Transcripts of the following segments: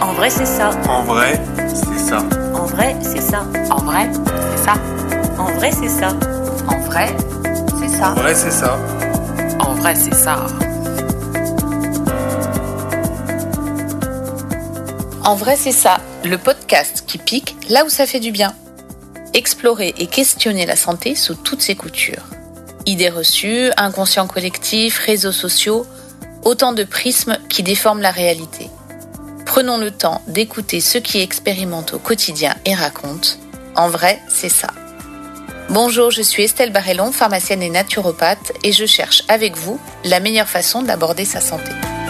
En vrai, c'est ça. En vrai, c'est ça. En vrai, c'est ça. En vrai, c'est ça. En vrai, c'est ça. En vrai, c'est ça. En vrai, c'est ça. En vrai, c'est ça. En vrai, c'est ça, le podcast qui pique là où ça fait du bien. Explorer et questionner la santé sous toutes ses coutures. Idées reçues, inconscient collectif, réseaux sociaux, autant de prismes qui déforment la réalité. Prenons le temps d'écouter ceux qui expérimentent au quotidien et racontent. En vrai, c'est ça. Bonjour, je suis Estelle Barrellon, pharmacienne et naturopathe, et je cherche avec vous la meilleure façon d'aborder sa santé.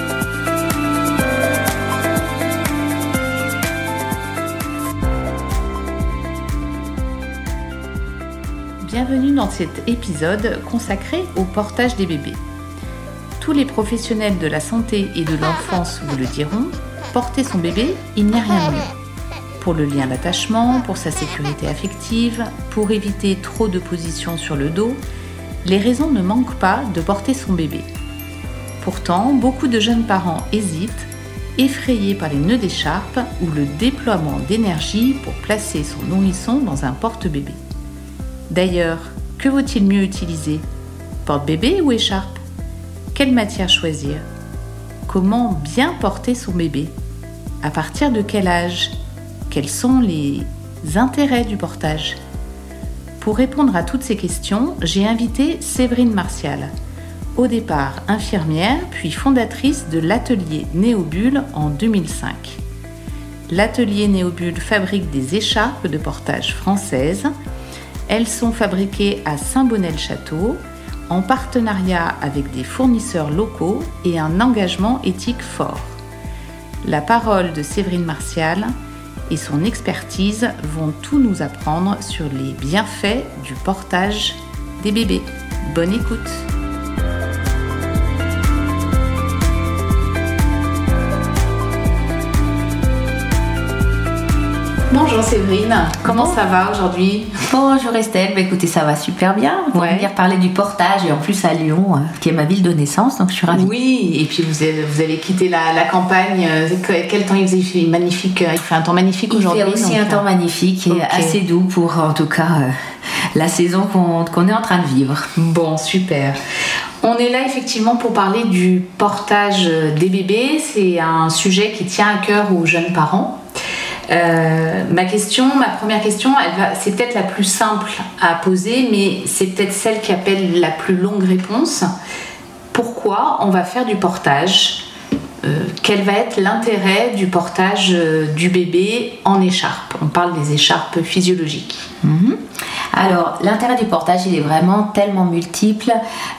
Bienvenue dans cet épisode consacré au portage des bébés. Tous les professionnels de la santé et de l'enfance vous le diront, porter son bébé, il n'y a rien de mieux. Pour le lien d'attachement, pour sa sécurité affective, pour éviter trop de positions sur le dos, les raisons ne manquent pas de porter son bébé. Pourtant, beaucoup de jeunes parents hésitent, effrayés par les nœuds d'écharpe ou le déploiement d'énergie pour placer son nourrisson dans un porte-bébé. D'ailleurs, que vaut-il mieux utiliser ? Porte-bébé ou écharpe ? Quelle matière choisir ? Comment bien porter son bébé ? À partir de quel âge ? Quels sont les intérêts du portage ? Pour répondre à toutes ces questions, j'ai invité Séverine Martial, au départ infirmière, puis fondatrice de l'atelier Néobulle en 2005. L'atelier Néobulle fabrique des écharpes de portage françaises. Elles sont fabriquées à Saint-Bonnet-le-Château, en partenariat avec des fournisseurs locaux et un engagement éthique fort. La parole de Séverine Martial et son expertise vont tout nous apprendre sur les bienfaits du portage des bébés. Bonne écoute! Bonjour Séverine, comment ça va aujourd'hui ? Bonjour Estelle, écoutez, ça va super bien. On va venir parler du portage et en plus à Lyon, qui est ma ville de naissance, donc je suis ravie. Oui, et puis vous allez quitter la campagne. Quel temps il faisait ? Il fait magnifique. Il fait un temps magnifique aujourd'hui. Il fait aussi un temps magnifique et assez doux pour en tout cas la saison qu'on est en train de vivre. Bon, super. On est là effectivement pour parler du portage des bébés. C'est un sujet qui tient à cœur aux jeunes parents. Ma première question, c'est peut-être la plus simple à poser, mais c'est peut-être celle qui appelle la plus longue réponse. Pourquoi on va faire du portage ? Quel va être l'intérêt du portage du bébé en écharpe ? On parle des écharpes physiologiques. Alors, l'intérêt du portage, il est vraiment tellement multiple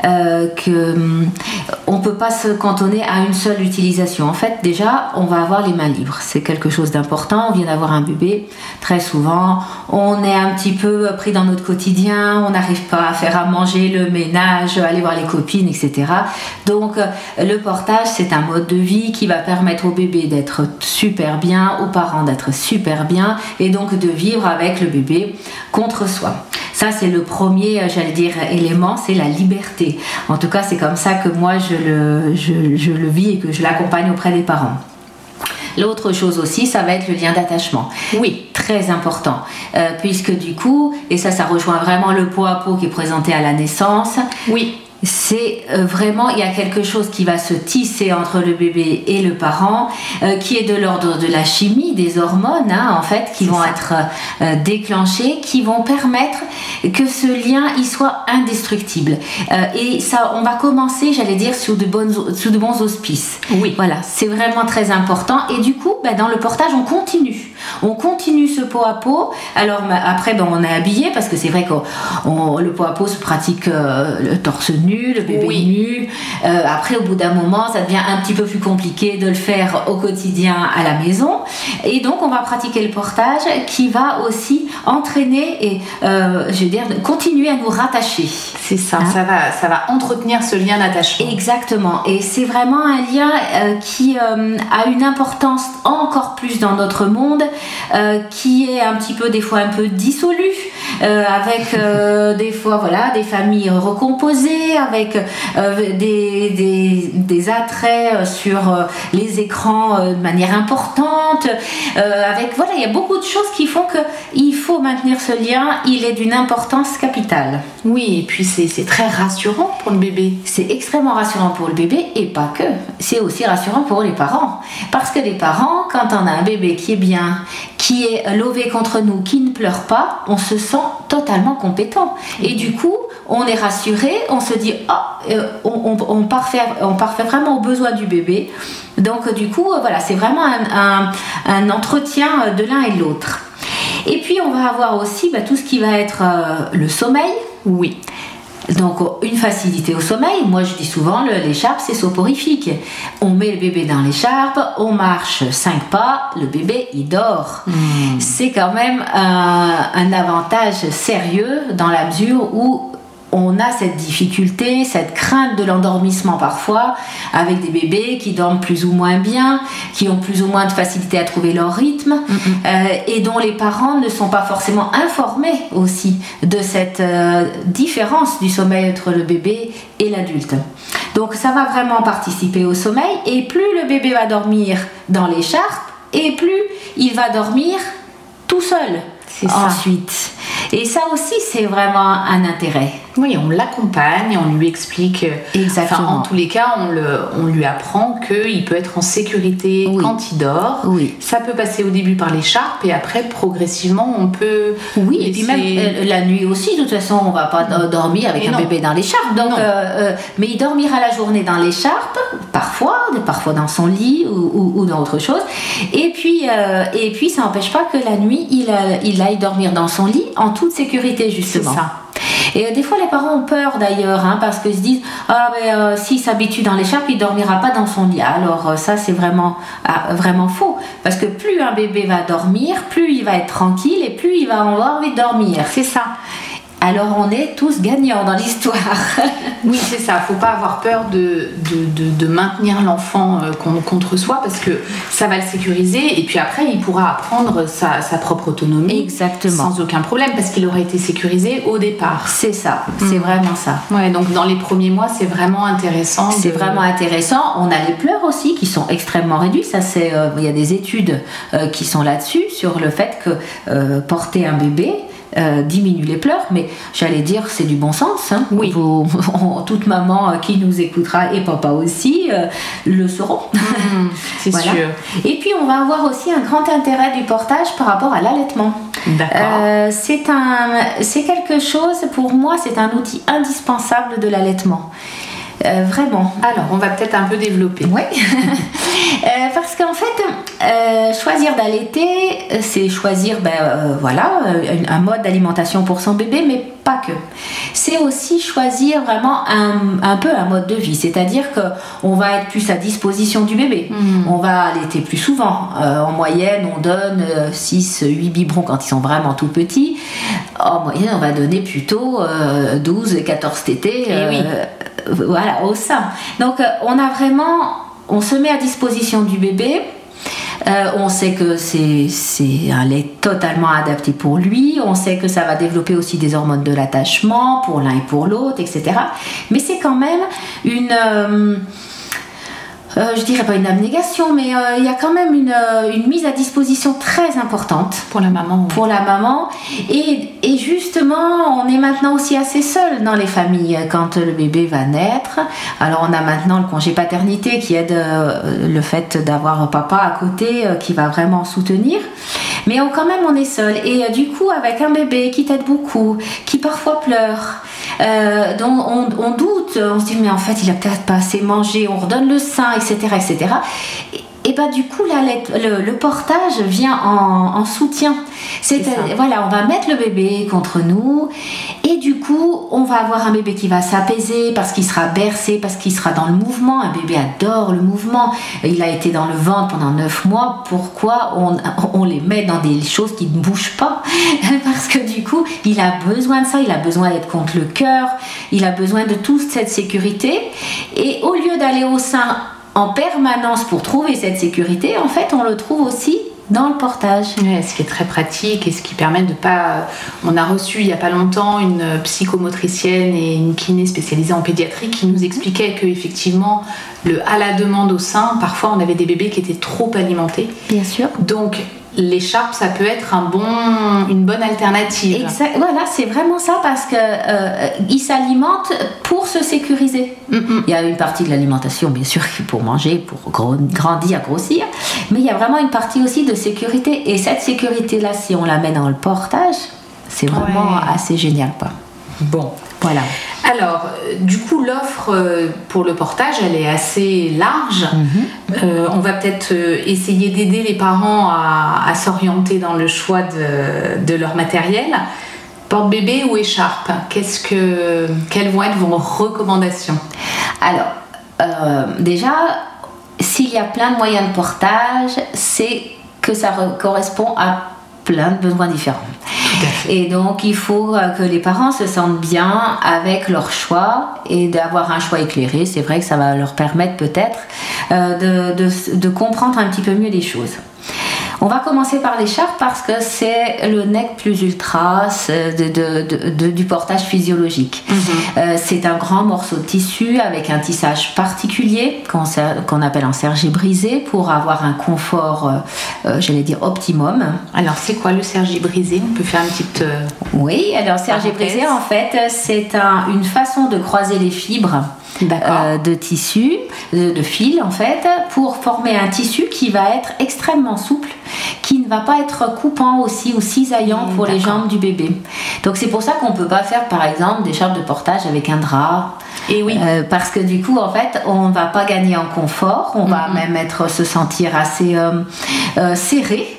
qu'on ne peut pas se cantonner à une seule utilisation. En fait, déjà, on va avoir les mains libres. C'est quelque chose d'important. On vient d'avoir un bébé. Très souvent, on est un petit peu pris dans notre quotidien. On n'arrive pas à faire à manger, le ménage, aller voir les copines, etc. Donc, le portage, c'est un mode de vie qui va permettre au bébé d'être super bien, aux parents d'être super bien, et donc de vivre avec le bébé contre soi. Ça, c'est le premier, élément, c'est la liberté. En tout cas, c'est comme ça que moi, je le vis et que je l'accompagne auprès des parents. L'autre chose aussi, ça va être le lien d'attachement. Oui, très important. Puisque du coup, et ça rejoint vraiment le pot à pot qui est présenté à la naissance. Oui. C'est vraiment, il y a quelque chose qui va se tisser entre le bébé et le parent, qui est de l'ordre de la chimie, des hormones, en fait, qui vont être déclenchées, qui vont permettre que ce lien il soit indestructible. Et ça, on va commencer, sous de bons auspices. Oui. Voilà, c'est vraiment très important. Et du coup, dans le portage, on continue. On continue ce pot à pot. Alors après, on est habillé parce que c'est vrai que le pot à pot se pratique le torse nu, le bébé nu. Après, au bout d'un moment, ça devient un petit peu plus compliqué de le faire au quotidien à la maison. Et donc, on va pratiquer le portage qui va aussi entraîner et, continuer à nous rattacher. C'est ça. Ça va entretenir ce lien d'attachement. Exactement. Et c'est vraiment un lien qui a une importance encore plus dans notre monde, qui est un petit peu, des fois un peu dissolu, avec des fois des familles recomposées, avec des attraits sur les écrans de manière importante, il y a beaucoup de choses qui font qu'il faut maintenir ce lien, il est d'une importance capitale. Oui, et puis c'est très rassurant pour le bébé. C'est extrêmement rassurant pour le bébé et pas que. C'est aussi rassurant pour les parents. Parce que les parents, quand on a un bébé qui est bien, qui est lové contre nous, qui ne pleure pas, on se sent totalement compétent. Et du coup, on est rassuré, on se dit on parfait vraiment aux besoins du bébé. Donc du coup, c'est vraiment un entretien de l'un et de l'autre. Et puis on va avoir aussi tout ce qui va être le sommeil. Oui. Donc une facilité au sommeil, moi je dis souvent l'écharpe c'est soporifique. On met le bébé dans l'écharpe, on marche 5 pas, le bébé il dort. C'est quand même un avantage sérieux dans la mesure où on a cette difficulté, cette crainte de l'endormissement parfois, avec des bébés qui dorment plus ou moins bien, qui ont plus ou moins de facilité à trouver leur rythme, et dont les parents ne sont pas forcément informés aussi de cette différence du sommeil entre le bébé et l'adulte. Donc ça va vraiment participer au sommeil, et plus le bébé va dormir dans l'écharpe, et plus il va dormir tout seul. C'est ça. Ensuite. Et ça aussi, c'est vraiment un intérêt. Oui, on l'accompagne, on lui explique. Exactement. En tous les cas, on lui apprend qu'il peut être en sécurité quand il dort. Oui. Ça peut passer au début par l'écharpe et après, progressivement, on peut. Oui, et puis même la nuit aussi, de toute façon, on ne va pas dormir avec un bébé dans l'écharpe. Donc, mais il dormira la journée dans l'écharpe, parfois dans son lit ou dans autre chose. Et puis ça n'empêche pas que la nuit, il aille dormir dans son lit en toute sécurité, justement. C'est ça. Et des fois les parents ont peur d'ailleurs, parce qu'ils se disent s'il s'habitue dans l'écharpe, il dormira pas dans son lit. Alors ça c'est vraiment faux, parce que plus un bébé va dormir, plus il va être tranquille et plus il va avoir envie de dormir. C'est ça. Alors on est tous gagnants dans l'histoire. Oui, c'est ça. Faut pas avoir peur de maintenir l'enfant contre soi, parce que ça va le sécuriser, et puis après il pourra apprendre sa propre autonomie. Exactement. Sans aucun problème, parce qu'il aura été sécurisé au départ. C'est ça, c'est vraiment ça. Ouais, donc dans les premiers mois, c'est vraiment intéressant. C'est vraiment intéressant. On a les pleurs aussi qui sont extrêmement réduits. Ça, il y a des études qui sont là-dessus, sur le fait que porter un bébé diminue les pleurs, mais j'allais dire c'est du bon sens. Oui. Toute maman qui nous écoutera, et papa aussi, le sauront. C'est sûr. Et puis on va avoir aussi un grand intérêt du portage par rapport à l'allaitement. D'accord. C'est quelque chose, pour moi, c'est un outil indispensable de l'allaitement. Vraiment. Alors, on va peut-être un peu développer. Oui. Parce qu'en fait, choisir d'allaiter, c'est choisir un mode d'alimentation pour son bébé, mais pas que. C'est aussi choisir vraiment un peu un mode de vie, c'est-à-dire qu'on va être plus à disposition du bébé. On va allaiter plus souvent. En moyenne, on donne 6-8 biberons quand ils sont vraiment tout petits. En moyenne, on va donner plutôt 12-14 tétés. Au sein. Donc on se met à disposition du bébé. On sait que c'est un lait totalement adapté pour lui. On sait que ça va développer aussi des hormones de l'attachement pour l'un et pour l'autre, etc. Mais c'est quand même je dirais pas une abnégation, mais il y a quand même une mise à disposition très importante pour la maman. Pour la maman. Et justement, on est maintenant aussi assez seul dans les familles quand le bébé va naître. Alors on a maintenant le congé paternité qui aide le fait d'avoir papa à côté qui va vraiment soutenir. Mais quand même on est seul. Et du coup, avec un bébé qui t'aide beaucoup, qui parfois pleure, dont on doute, on se dit mais en fait il a peut-être pas assez mangé, on redonne le sein, etc. Et du coup le portage vient en soutien. On va mettre le bébé contre nous, et du coup on va avoir un bébé qui va s'apaiser parce qu'il sera bercé, parce qu'il sera dans le mouvement. Un bébé adore le mouvement. Il a été dans le ventre pendant 9 mois. Pourquoi on les met dans des choses qui ne bougent pas? Parce que du coup il a besoin de ça, il a besoin d'être contre le cœur, il a besoin de toute cette sécurité. Et au lieu d'aller au sein en permanence pour trouver cette sécurité, en fait on le trouve aussi dans le portage. Ouais, ce qui est très pratique et ce qui permet de pas... On a reçu il n'y a pas longtemps une psychomotricienne et une kiné spécialisée en pédiatrie qui nous expliquait qu'effectivement, à la demande au sein, parfois on avait des bébés qui étaient trop alimentés. Bien sûr. Donc l'écharpe, ça peut être une bonne alternative. Exact. Voilà, c'est vraiment ça parce que ils s'alimentent pour se sécuriser. Il y a une partie de l'alimentation, bien sûr, pour manger, pour grandir, grossir, mais il y a vraiment une partie aussi de sécurité. Et cette sécurité-là, si on la met dans le portage, c'est vraiment assez génial, quoi. Bon, voilà. Alors, du coup, l'offre pour le portage, elle est assez large. On va peut-être essayer d'aider les parents à s'orienter dans le choix de leur matériel. Porte-bébé ou écharpe, quelles vont être vos recommandations? Alors, déjà, s'il y a plein de moyens de portage, c'est que ça correspond à plein de besoins différents. Et donc, il faut que les parents se sentent bien avec leur choix et d'avoir un choix éclairé. C'est vrai que ça va leur permettre peut-être de comprendre un petit peu mieux les choses. On va commencer par l'écharpe parce que c'est le nec plus ultra du portage physiologique. C'est un grand morceau de tissu avec un tissage particulier qu'on appelle un sergé brisé pour avoir un confort, j'allais dire, optimum. Alors, c'est quoi le sergé brisé? On peut faire une petite... Oui, alors sergé brisé, en fait, c'est une façon de croiser les fibres de tissu, de fil en fait, pour former un tissu qui va être extrêmement souple, qui ne va pas être coupant aussi ou cisaillant pour les jambes du bébé. Donc c'est pour ça qu'on ne peut pas faire par exemple des écharpes de portage avec un drap. Et oui. Parce que du coup en fait on ne va pas gagner en confort, on va même se sentir assez serré.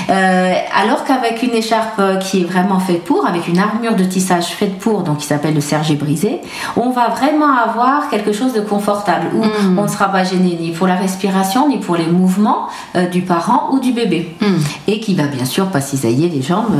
Alors qu'avec une écharpe qui est vraiment faite pour, avec une armure de tissage faite pour, donc qui s'appelle le sergé brisé, on va vraiment avoir quelque chose de confortable où on ne sera pas gêné ni pour la respiration ni pour les mouvements du parent ou du bébé et qui va bien sûr pas cisailler les jambes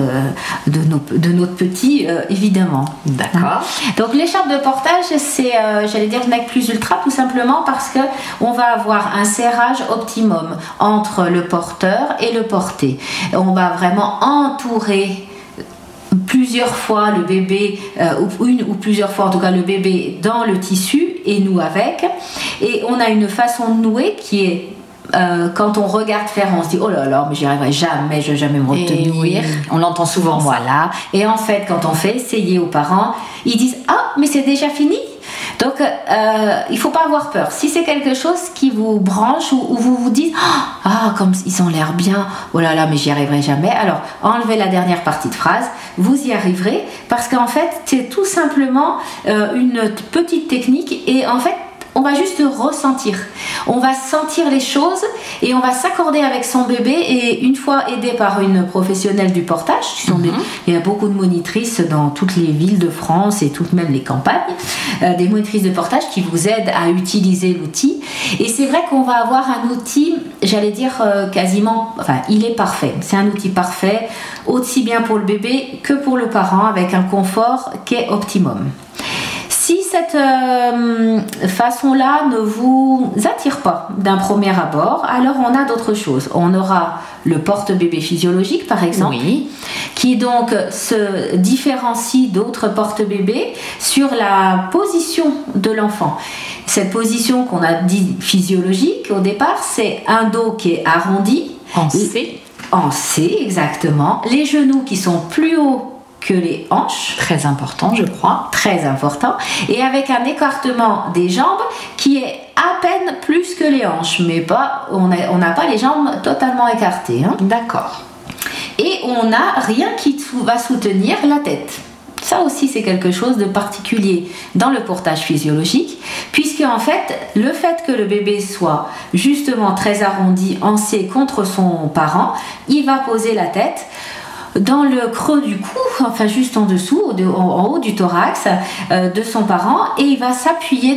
de notre petit évidemment. D'accord. Donc l'écharpe de portage c'est j'allais dire nec plus ultra tout simplement parce que on va avoir un serrage optimum entre le porteur et le porté. On va vraiment entourer plusieurs fois le bébé, une ou plusieurs fois en tout cas le bébé dans le tissu et nous avec. Et on a une façon de nouer qui est quand on regarde faire, on se dit oh là là, mais j'y arriverai jamais, je vais jamais me retenir. Oui, on l'entend souvent. Voilà. Et en fait, quand on fait essayer aux parents, ils disent ah, mais c'est déjà fini. Donc, il ne faut pas avoir peur. Si c'est quelque chose qui vous branche ou vous vous dites ah, comme ils ont l'air bien, oh là là, mais j'y arriverai jamais. Alors, enlevez la dernière partie de phrase, vous y arriverez parce qu'en fait, c'est tout simplement une petite technique et en fait, on va juste ressentir. On va sentir les choses et on va s'accorder avec son bébé et une fois aidé par une professionnelle du portage, il y a beaucoup de monitrices dans toutes les villes de France et toutes même les campagnes, des monitrices de portage qui vous aident à utiliser l'outil. Et c'est vrai qu'on va avoir un outil, j'allais dire quasiment, enfin il est parfait. C'est un outil parfait, aussi bien pour le bébé que pour le parent avec un confort qui est optimum. Si cette façon-là ne vous attire pas d'un premier abord, alors on a d'autres choses. On aura le porte-bébé physiologique, par exemple, qui donc se différencie d'autres porte-bébés sur la position de l'enfant. Cette position qu'on a dit physiologique au départ, c'est un dos qui est arrondi. En C. En C, exactement. Les genoux qui sont plus hauts que les hanches. Très important, je crois. Très important. Et avec un écartement des jambes qui est à peine plus que les hanches, mais pas, on n'a pas les jambes totalement écartées. Hein. D'accord. Et on n'a rien qui va soutenir la tête. Ça aussi, c'est quelque chose de particulier dans le portage physiologique, puisque en fait, le fait que le bébé soit justement très arrondi en C contre son parent, il va poser la tête dans le creux du cou, enfin juste en dessous, en haut du thorax de son parent, et il va s'appuyer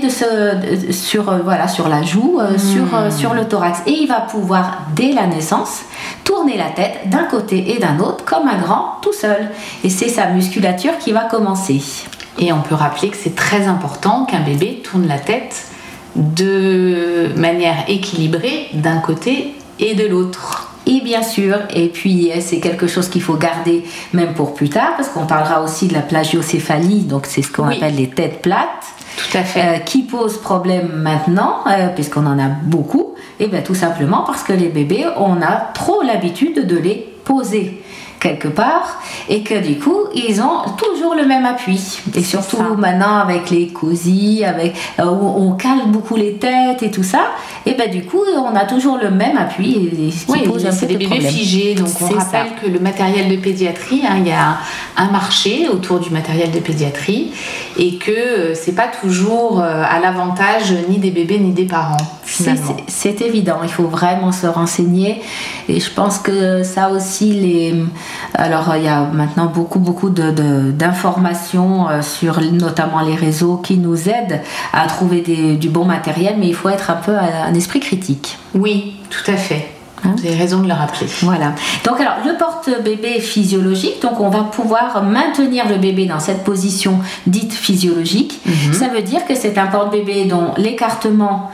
sur la joue, sur le thorax, et il va pouvoir dès la naissance tourner la tête d'un côté et d'un autre comme un grand tout seul, et c'est sa musculature qui va commencer. Et on peut rappeler que c'est très important qu'un bébé tourne la tête de manière équilibrée d'un côté et de l'autre. Et bien sûr, et puis c'est quelque chose qu'il faut garder même pour plus tard, parce qu'on parlera aussi de la plagiocéphalie, donc c'est ce qu'on appelle les têtes plates. Tout à fait. Qui pose problème maintenant, puisqu'on en a beaucoup, et bien tout simplement parce que les bébés, on a trop l'habitude de les poser quelque part et que du coup ils ont toujours le même appui, et surtout maintenant avec les cosy, où on cale beaucoup les têtes et tout ça, et ben du coup on a toujours le même appui, et ce qui pose un peu c'est des de bébés problème. figés, donc on rappelle que le matériel de pédiatrie, il y a un marché autour du matériel de pédiatrie, et que c'est pas toujours à l'avantage ni des bébés ni des parents. C'est évident, il faut vraiment se renseigner, et je pense que ça aussi alors il y a maintenant beaucoup d'informations sur notamment les réseaux qui nous aident à trouver du bon matériel, mais il faut être un peu un esprit critique. Oui, tout à fait. Vous avez raison de le rappeler. Voilà. Donc alors le porte-bébé physiologique, donc on va pouvoir maintenir le bébé dans cette position dite physiologique. Ça veut dire que c'est un porte-bébé dont l'écartement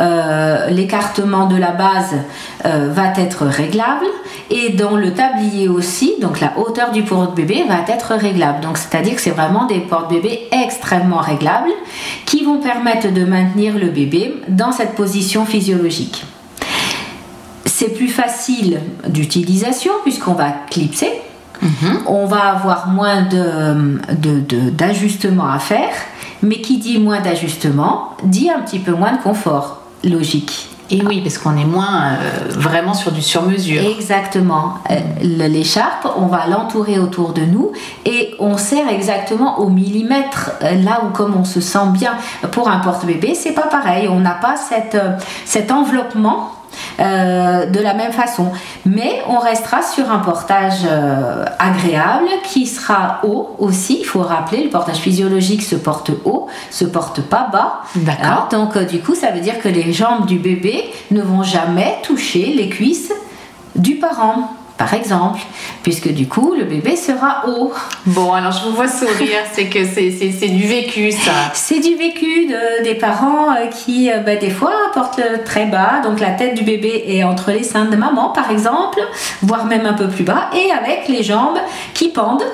de la base va être réglable, et dont le tablier aussi, donc la hauteur du porte-bébé va être réglable. Donc c'est-à-dire que c'est vraiment des porte-bébés extrêmement réglables qui vont permettre de maintenir le bébé dans cette position physiologique. C'est plus facile d'utilisation puisqu'on va clipser, on va avoir moins d'ajustements à faire, mais qui dit moins d'ajustements dit un petit peu moins de confort, logique. Et oui, parce qu'on est moins vraiment sur du sur-mesure. Exactement. L'écharpe, on va l'entourer autour de nous, et on serre exactement au millimètre, là où comme on se sent bien. Pour un porte-bébé, c'est pas pareil, on n'a pas cet enveloppement de la même façon, mais on restera sur un portage agréable qui sera haut aussi. Il faut rappeler, le portage physiologique se porte haut, se porte pas bas. D'accord. Donc du coup ça veut dire que les jambes du bébé ne vont jamais toucher les cuisses du parent, par exemple, puisque du coup le bébé sera haut. Bon, alors je vous vois sourire, c'est que c'est du vécu, ça. C'est du vécu des parents qui des fois portent très bas, donc la tête du bébé est entre les seins de maman par exemple, voire même un peu plus bas, et avec les jambes qui pendent.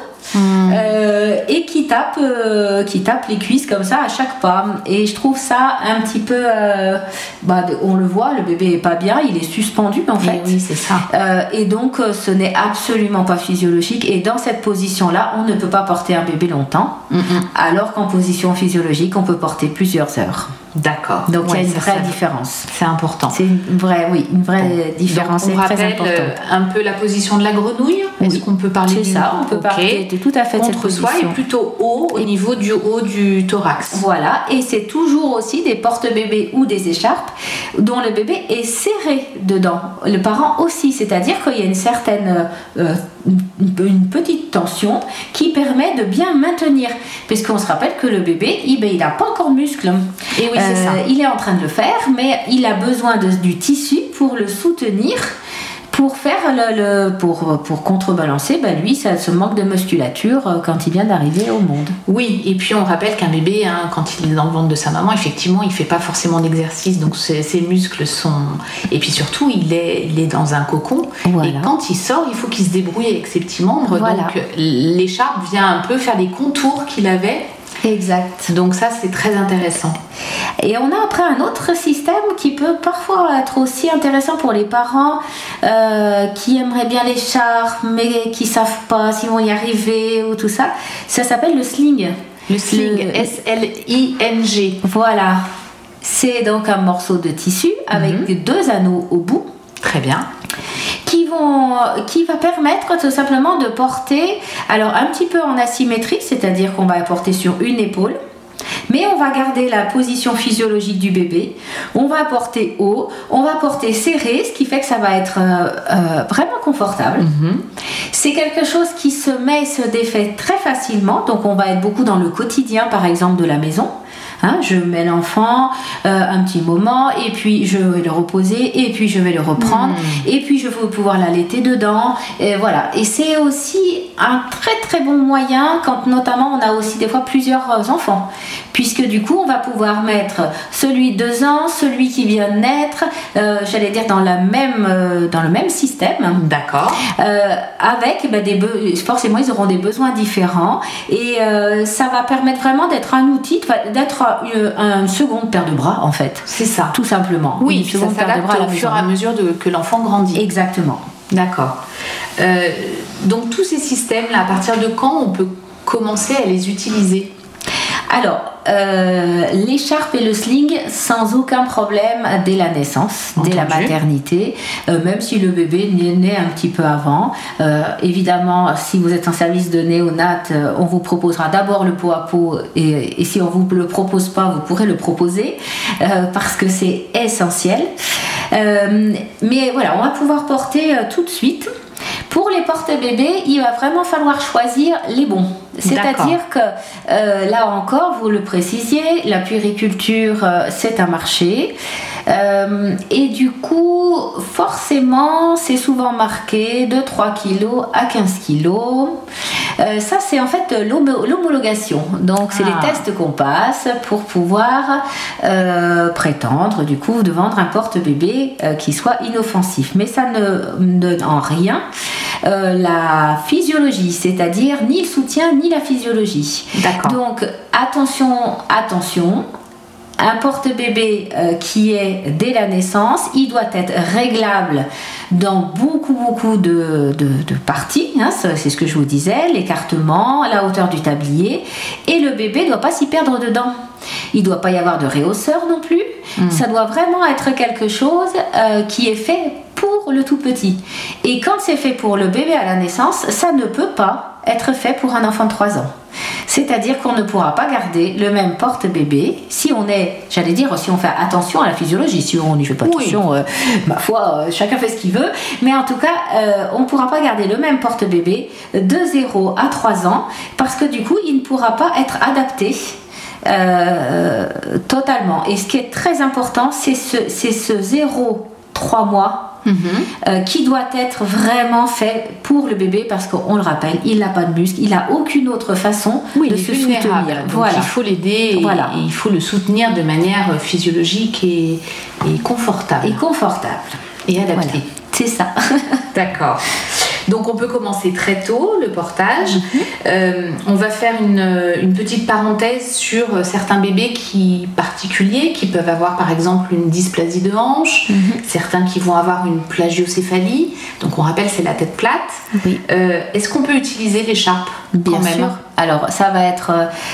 Et qui tape les cuisses comme ça à chaque pas, et je trouve ça un petit peu on le voit, le bébé est pas bien, il est suspendu en fait. Oui, c'est ça. Et donc ce n'est absolument pas physiologique, et dans cette position là on ne peut pas porter un bébé longtemps, alors qu'en position physiologique on peut porter plusieurs heures. D'accord. Donc il y a une vraie différence. C'est important. C'est une vraie différence. Donc, on très rappelle importante. un peu la position de la grenouille. Est-ce qu'on peut parler C'est ça, on peut parler tout à fait de cette contre soi, position. et plutôt haut au niveau du haut du thorax. Voilà, et c'est toujours aussi des porte-bébés ou des écharpes dont le bébé est serré dedans. Le parent aussi, c'est-à-dire qu'il y a une certaine une petite tension qui permet de bien maintenir, puisqu'on se rappelle que le bébé, il n'a pas encore muscle. Et oui, c'est ça. Il est en train de le faire, mais il a besoin du tissu pour le soutenir, pour faire pour contrebalancer lui ce manque de musculature quand il vient d'arriver au monde. Oui, et puis on rappelle qu'un bébé, quand il est dans le ventre de sa maman, effectivement il fait pas forcément d'exercice, donc ses muscles sont, et puis surtout il est dans un cocon. Voilà. Et quand il sort, il faut qu'il se débrouille avec ses petits membres. Voilà. Donc l'écharpe vient un peu faire les contours qu'il avait. Exact. Donc ça c'est très intéressant. Et on a après un autre système qui peut parfois être aussi intéressant pour les parents qui aimeraient bien l'écharpe mais qui savent pas s'ils vont y arriver ou tout ça. Ça s'appelle le sling. Le sling, S-L-I-N-G. Voilà. C'est donc un morceau de tissu avec 2 anneaux au bout. Très bien. Qui va permettre tout simplement de porter, alors un petit peu en asymétrie, c'est-à-dire qu'on va porter sur une épaule, mais on va garder la position physiologique du bébé, on va porter haut, on va porter serré, ce qui fait que ça va être vraiment confortable. C'est quelque chose qui se met et se défait très facilement, donc on va être beaucoup dans le quotidien par exemple de la maison. Je mets l'enfant un petit moment, et puis je vais le reposer, et puis je vais le reprendre, et puis je vais pouvoir l'allaiter dedans, et voilà. Et c'est aussi un très très bon moyen quand notamment on a aussi des fois plusieurs enfants, puisque du coup, on va pouvoir mettre celui de 2 ans, celui qui vient de naître, j'allais dire dans le même système. D'accord. Avec forcément, ils auront des besoins différents, et ça va permettre vraiment d'être un outil, d'être une seconde paire de bras, en fait. C'est ça. Tout simplement. Oui, une puis ça seconde paire de s'adapte bras à la au fur et maison. à mesure que l'enfant grandit. Exactement. D'accord. Donc tous ces systèmes-là, à partir de quand on peut commencer à les utiliser? Alors, l'écharpe et le sling, sans aucun problème dès la naissance, dès la maternité, même si le bébé naît un petit peu avant. Évidemment, si vous êtes en service de néonat, on vous proposera d'abord le pot à pot, et si on ne vous le propose pas, vous pourrez le proposer, parce que c'est essentiel. Mais voilà, on va pouvoir porter tout de suite. Pour les porte-bébés, il va vraiment falloir choisir les bons. C'est-à-dire que, là encore, vous le précisiez, la puériculture, c'est un marché. Et du coup, forcément, c'est souvent marqué de 3 kg à 15 kg. Ça, c'est en fait l'homologation. Donc, c'est les tests qu'on passe pour pouvoir prétendre, du coup, de vendre un porte-bébé qui soit inoffensif. Mais ça ne donne en rien la physiologie, c'est-à-dire ni le soutien ni la physiologie. D'accord. Donc, attention. Un porte-bébé qui est dès la naissance, il doit être réglable dans beaucoup de parties, hein, c'est ce que je vous disais, l'écartement, la hauteur du tablier, et le bébé ne doit pas s'y perdre dedans. Il ne doit pas y avoir de réhausseur non plus, ça doit vraiment être quelque chose qui est fait pour le tout petit. Et quand c'est fait pour le bébé à la naissance, ça ne peut pas être fait pour un enfant de 3 ans. C'est-à-dire qu'on ne pourra pas garder le même porte-bébé si on est, si on fait attention à la physiologie. Si on n'y fait pas attention, ma foi, chacun fait ce qu'il veut. Mais en tout cas, on ne pourra pas garder le même porte-bébé de 0 à 3 ans parce que du coup, il ne pourra pas être adapté totalement. Et ce qui est très important, c'est ce 0-3 mois qui doit être vraiment fait pour le bébé parce qu'on le rappelle, il n'a pas de muscle, il n'a aucune autre façon de se soutenir. Donc voilà. Il faut l'aider et il faut le soutenir de manière physiologique et confortable. Et adaptée. Voilà. C'est ça. D'accord. Donc on peut commencer très tôt le portage. On va faire une petite parenthèse sur certains bébés particuliers qui peuvent avoir par exemple une dysplasie de hanche, certains qui vont avoir une plagiocéphalie. Donc on rappelle, c'est la tête plate. Oui. Est-ce qu'on peut utiliser l'écharpe Bien quand même sûr. Alors ça va être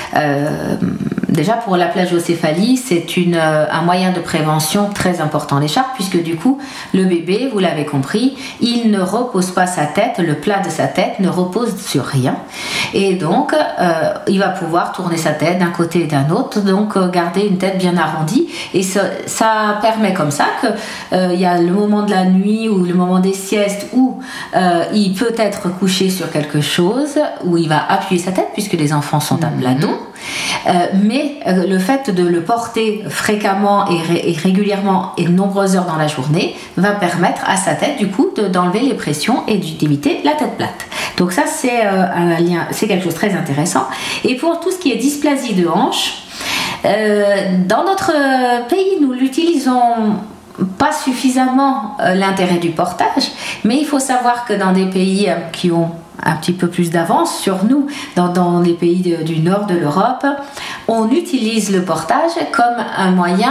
déjà pour la plagiocéphalie, c'est un moyen de prévention très important, l'écharpe, puisque du coup le bébé, vous l'avez compris, il ne repose pas sa tête, le plat de sa tête ne repose sur rien, et donc il va pouvoir tourner sa tête d'un côté et d'un autre, donc garder une tête bien arrondie, et ça permet comme ça que il y a le moment de la nuit ou le moment des siestes où il peut être couché sur quelque chose, où il va appuyer sa tête puisque les enfants sont à plat dos, mais le fait de le porter fréquemment et régulièrement et de nombreuses heures dans la journée va permettre à sa tête du coup d'enlever les pressions et d'éviter la tête plate. Donc ça c'est un lien, c'est quelque chose de très intéressant. Et pour tout ce qui est dysplasie de hanche, dans notre pays nous l'utilisons pas suffisamment l'intérêt du portage, mais il faut savoir que dans des pays qui ont un petit peu plus d'avance sur nous, dans les pays du nord de l'Europe, on utilise le portage comme un moyen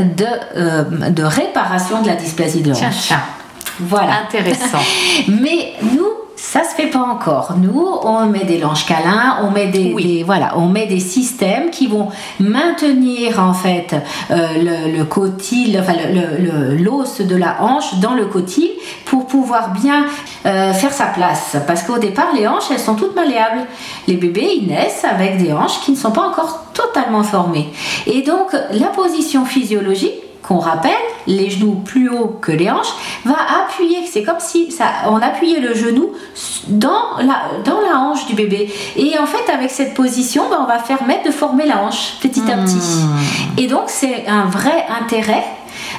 de réparation de la dysplasie de hanche. Tiens. Voilà. Intéressant. Mais nous, ça se fait pas encore. Nous, on met des langes câlins, on met on met des systèmes qui vont maintenir en fait le cotyle, enfin l'os de la hanche dans le cotyle pour pouvoir bien faire sa place. Parce qu'au départ, les hanches, elles sont toutes malléables. Les bébés, ils naissent avec des hanches qui ne sont pas encore totalement formées. Et donc, la position physiologique, qu'on rappelle, les genoux plus hauts que les hanches, va appuyer, c'est comme si on appuyait le genou dans la hanche du bébé. Et en fait, avec cette position, on va permettre de former la hanche petit à petit. Et donc, c'est un vrai intérêt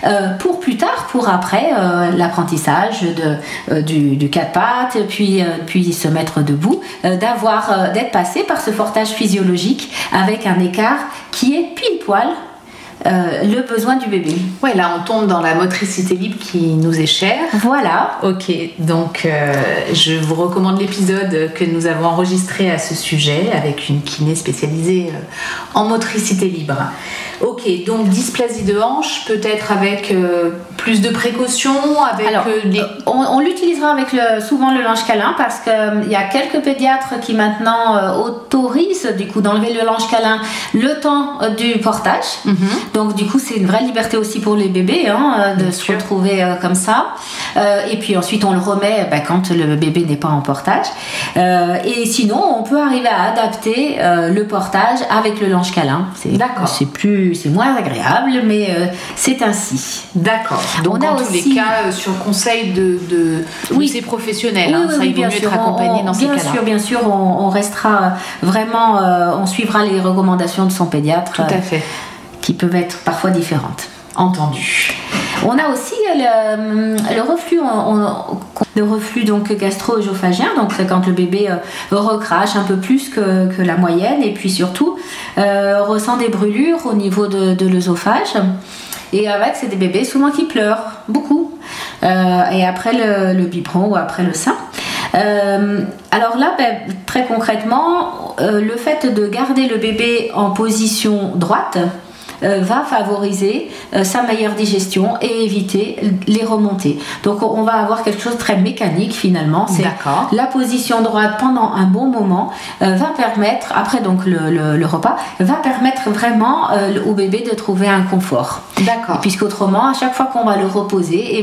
pour plus tard, pour après l'apprentissage du 4 pattes, puis se mettre debout, d'être passé par ce portage physiologique avec un écart qui est pile poil le besoin du bébé. Ouais, là on tombe dans la motricité libre qui nous est chère. Voilà. Ok, donc je vous recommande l'épisode que nous avons enregistré à ce sujet avec une kiné spécialisée en motricité libre. Ok, donc dysplasie de hanche, peut-être avec plus de précautions, avec on l'utilisera avec souvent le linge câlin parce qu'il y a quelques pédiatres qui maintenant autorisent du coup d'enlever le linge câlin le temps du portage. Donc du coup c'est une vraie liberté aussi pour les bébés de se retrouver comme ça. Et puis ensuite on le remet quand le bébé n'est pas en portage. Et sinon on peut arriver à adapter le portage avec le linge câlin. D'accord. C'est moins agréable, mais c'est ainsi. D'accord. Donc on a en tous les cas, sur conseil de ces professionnels, ça il vaut mieux être accompagné dans ces cas-là. Bien sûr, on restera vraiment, on suivra les recommandations de son pédiatre. Tout à fait. Qui peuvent être parfois différentes. Entendu. On a aussi le reflux donc gastro-œsophagien, donc c'est quand le bébé recrache un peu plus que la moyenne et puis surtout ressent des brûlures au niveau de l'œsophage. Et avec, c'est des bébés souvent qui pleurent beaucoup. Et après le biberon ou après le sein. Alors là, très concrètement, le fait de garder le bébé en position droite va favoriser sa meilleure digestion et éviter les remontées. Donc on va avoir quelque chose de très mécanique finalement. C'est la position droite pendant un bon moment va permettre, après donc le repas, va permettre vraiment au bébé de trouver un confort. D'accord. Puisqu'autrement, à chaque fois qu'on va le reposer,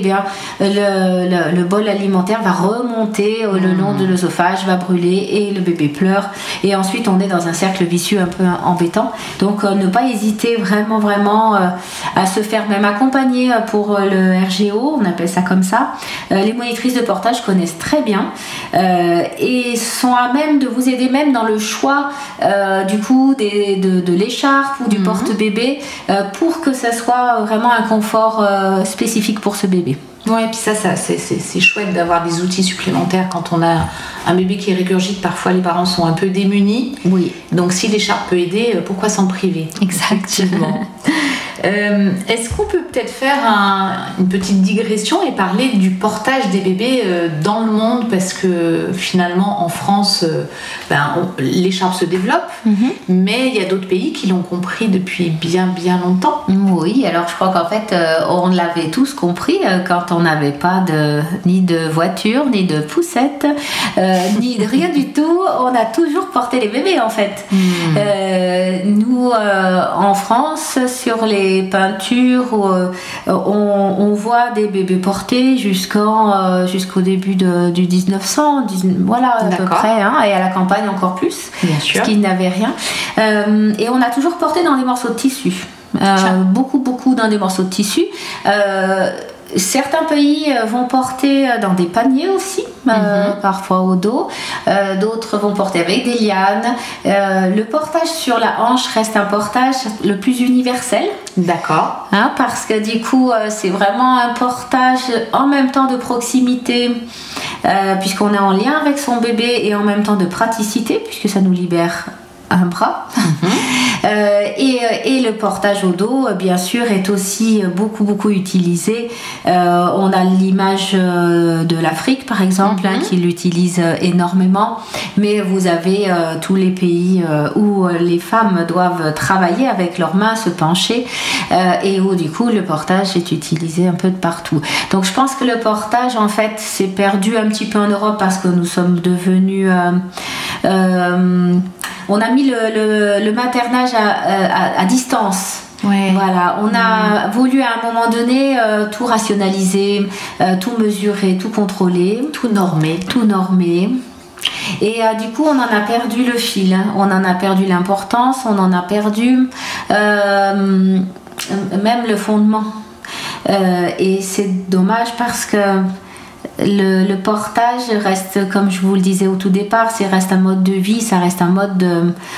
le bol alimentaire va remonter le long de l'œsophage, va brûler et le bébé pleure. Et ensuite on est dans un cercle vicieux un peu embêtant. Donc ne pas hésiter vraiment à se faire même accompagner pour le RGO, on appelle ça comme ça. Les monitrices de portage connaissent très bien et sont à même de vous aider même dans le choix du coup de l'écharpe ou du porte-bébé pour que ça soit vraiment un confort spécifique pour ce bébé. Ouais, et puis ça c'est chouette d'avoir des outils supplémentaires quand on a un bébé qui régurgite. Parfois les parents sont un peu démunis. Oui. Donc si l'écharpe peut aider, pourquoi s'en priver? Exactement. Est-ce qu'on peut peut-être faire une petite digression et parler du portage des bébés dans le monde, parce que finalement en France l'écharpe se développe, mais il y a d'autres pays qui l'ont compris depuis bien longtemps. Oui, alors je crois qu'en fait on l'avait tous compris quand on n'avait pas ni de voiture, ni de poussette, ni de rien du tout. On a toujours porté les bébés en fait. Nous en France, sur les peintures, on voit des bébés portés jusqu'au début du 1900, voilà à peu près, et à la campagne encore plus, parce qu'ils n'avaient rien. Et on a toujours porté dans des morceaux de tissu, beaucoup dans des morceaux de tissu. Certains pays vont porter dans des paniers aussi, parfois au dos. D'autres vont porter avec des lianes. Le portage sur la hanche reste un portage le plus universel. D'accord. Parce que du coup, c'est vraiment un portage en même temps de proximité, puisqu'on est en lien avec son bébé, et en même temps de praticité, puisque ça nous libère un bras. Et le portage au dos, bien sûr, est aussi beaucoup utilisé. On a l'image de l'Afrique, par exemple, qui l'utilise énormément. Mais vous avez tous les pays où les femmes doivent travailler avec leurs mains, se pencher, et où du coup le portage est utilisé un peu de partout. Donc je pense que le portage, en fait, s'est perdu un petit peu en Europe parce que nous sommes devenus... on a mis le maternage à distance. Ouais. Voilà, on a voulu à un moment donné tout rationaliser, tout mesurer, tout contrôler, tout normer. Et du coup, on en a perdu le fil, on en a perdu l'importance, on en a perdu même le fondement. Et c'est dommage parce que le portage reste, comme je vous le disais au tout départ, ça reste un mode de vie, ça reste un mode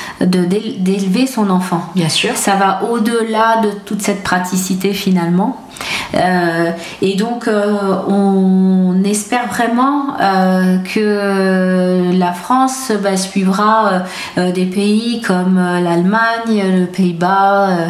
d'élever son enfant. Bien sûr. Ça va au-delà de toute cette praticité finalement. Et donc on espère vraiment que la France suivra des pays comme l'Allemagne, le Pays-Bas,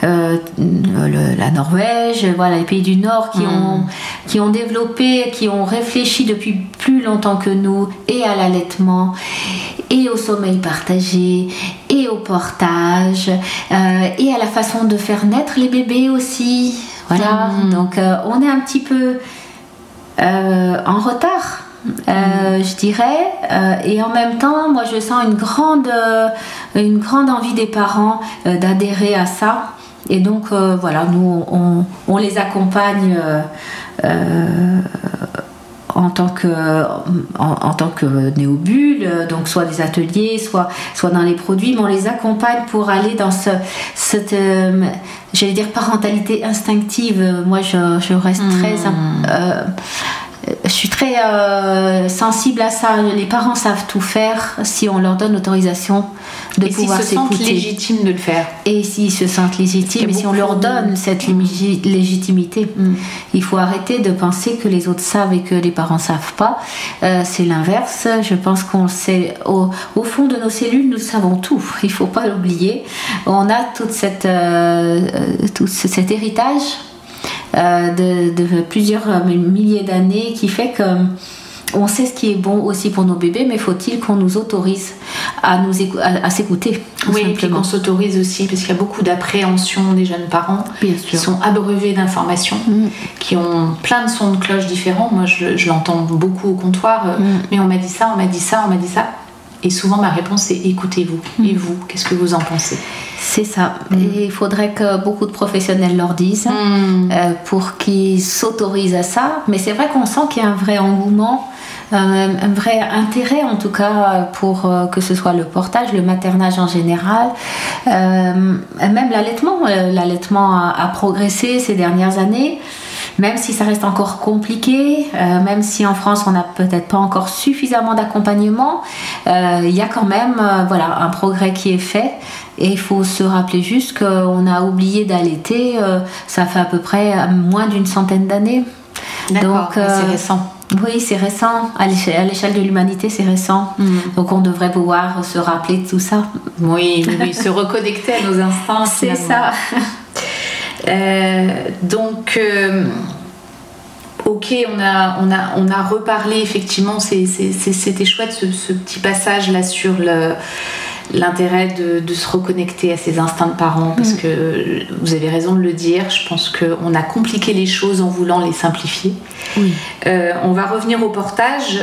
la Norvège, voilà, les pays du Nord qui ont développé, qui ont réfléchi depuis plus longtemps que nous et à l'allaitement et au sommeil partagé et au portage et à la façon de faire naître les bébés aussi. Voilà, donc on est un petit peu en retard, je dirais, et en même temps, moi je sens une grande envie des parents d'adhérer à ça. Et donc voilà, nous on les accompagne en tant que néobules, donc soit des ateliers, soit dans les produits, mais on les accompagne pour aller dans cette j'allais dire parentalité instinctive. Moi je reste je suis très sensible à ça. Les parents savent tout faire si on leur donne l'autorisation de pouvoir s'écouter. Et s'ils se sentent légitimes de le faire. Et s'ils se sentent légitimes, et si on leur donne cette légitimité. Il faut arrêter de penser que les autres savent et que les parents savent pas. C'est l'inverse. Je pense qu'on sait, au fond de nos cellules, nous savons tout. Il faut pas l'oublier. On a tout cet héritage de plusieurs milliers d'années qui fait que on sait ce qui est bon aussi pour nos bébés, mais faut-il qu'on nous autorise à s'écouter, oui, et puis qu'on s'autorise aussi, parce qu'il y a beaucoup d'appréhension des jeunes parents qui sont abreuvés d'informations, qui ont plein de sons de cloche différents. Moi je l'entends beaucoup au comptoir, mais on m'a dit ça, on m'a dit ça, on m'a dit ça. Et souvent ma réponse c'est écoutez-vous. Et vous, qu'est-ce que vous en pensez? C'est ça. Et il faudrait que beaucoup de professionnels leur disent pour qu'ils s'autorisent à ça. Mais c'est vrai qu'on sent qu'il y a un vrai engouement, un vrai intérêt en tout cas pour que ce soit le portage, le maternage en général, même l'allaitement. L'allaitement a progressé ces dernières années. Même si ça reste encore compliqué, même si en France on n'a peut-être pas encore suffisamment d'accompagnement, il y a quand même un progrès qui est fait. Et il faut se rappeler juste qu'on a oublié d'allaiter, ça fait à peu près moins d'une centaine d'années. D'accord, c'est récent. Oui, c'est récent. À l'échelle de l'humanité, c'est récent. Donc on devrait pouvoir se rappeler de tout ça. Oui, se reconnecter à nos instincts. C'est ça. Ok, on a reparlé effectivement, c'était chouette ce petit passage là sur l'intérêt de se reconnecter à ses instincts de parents, parce que vous avez raison de le dire, je pense qu'on a compliqué les choses en voulant les simplifier. Oui. On va revenir au portage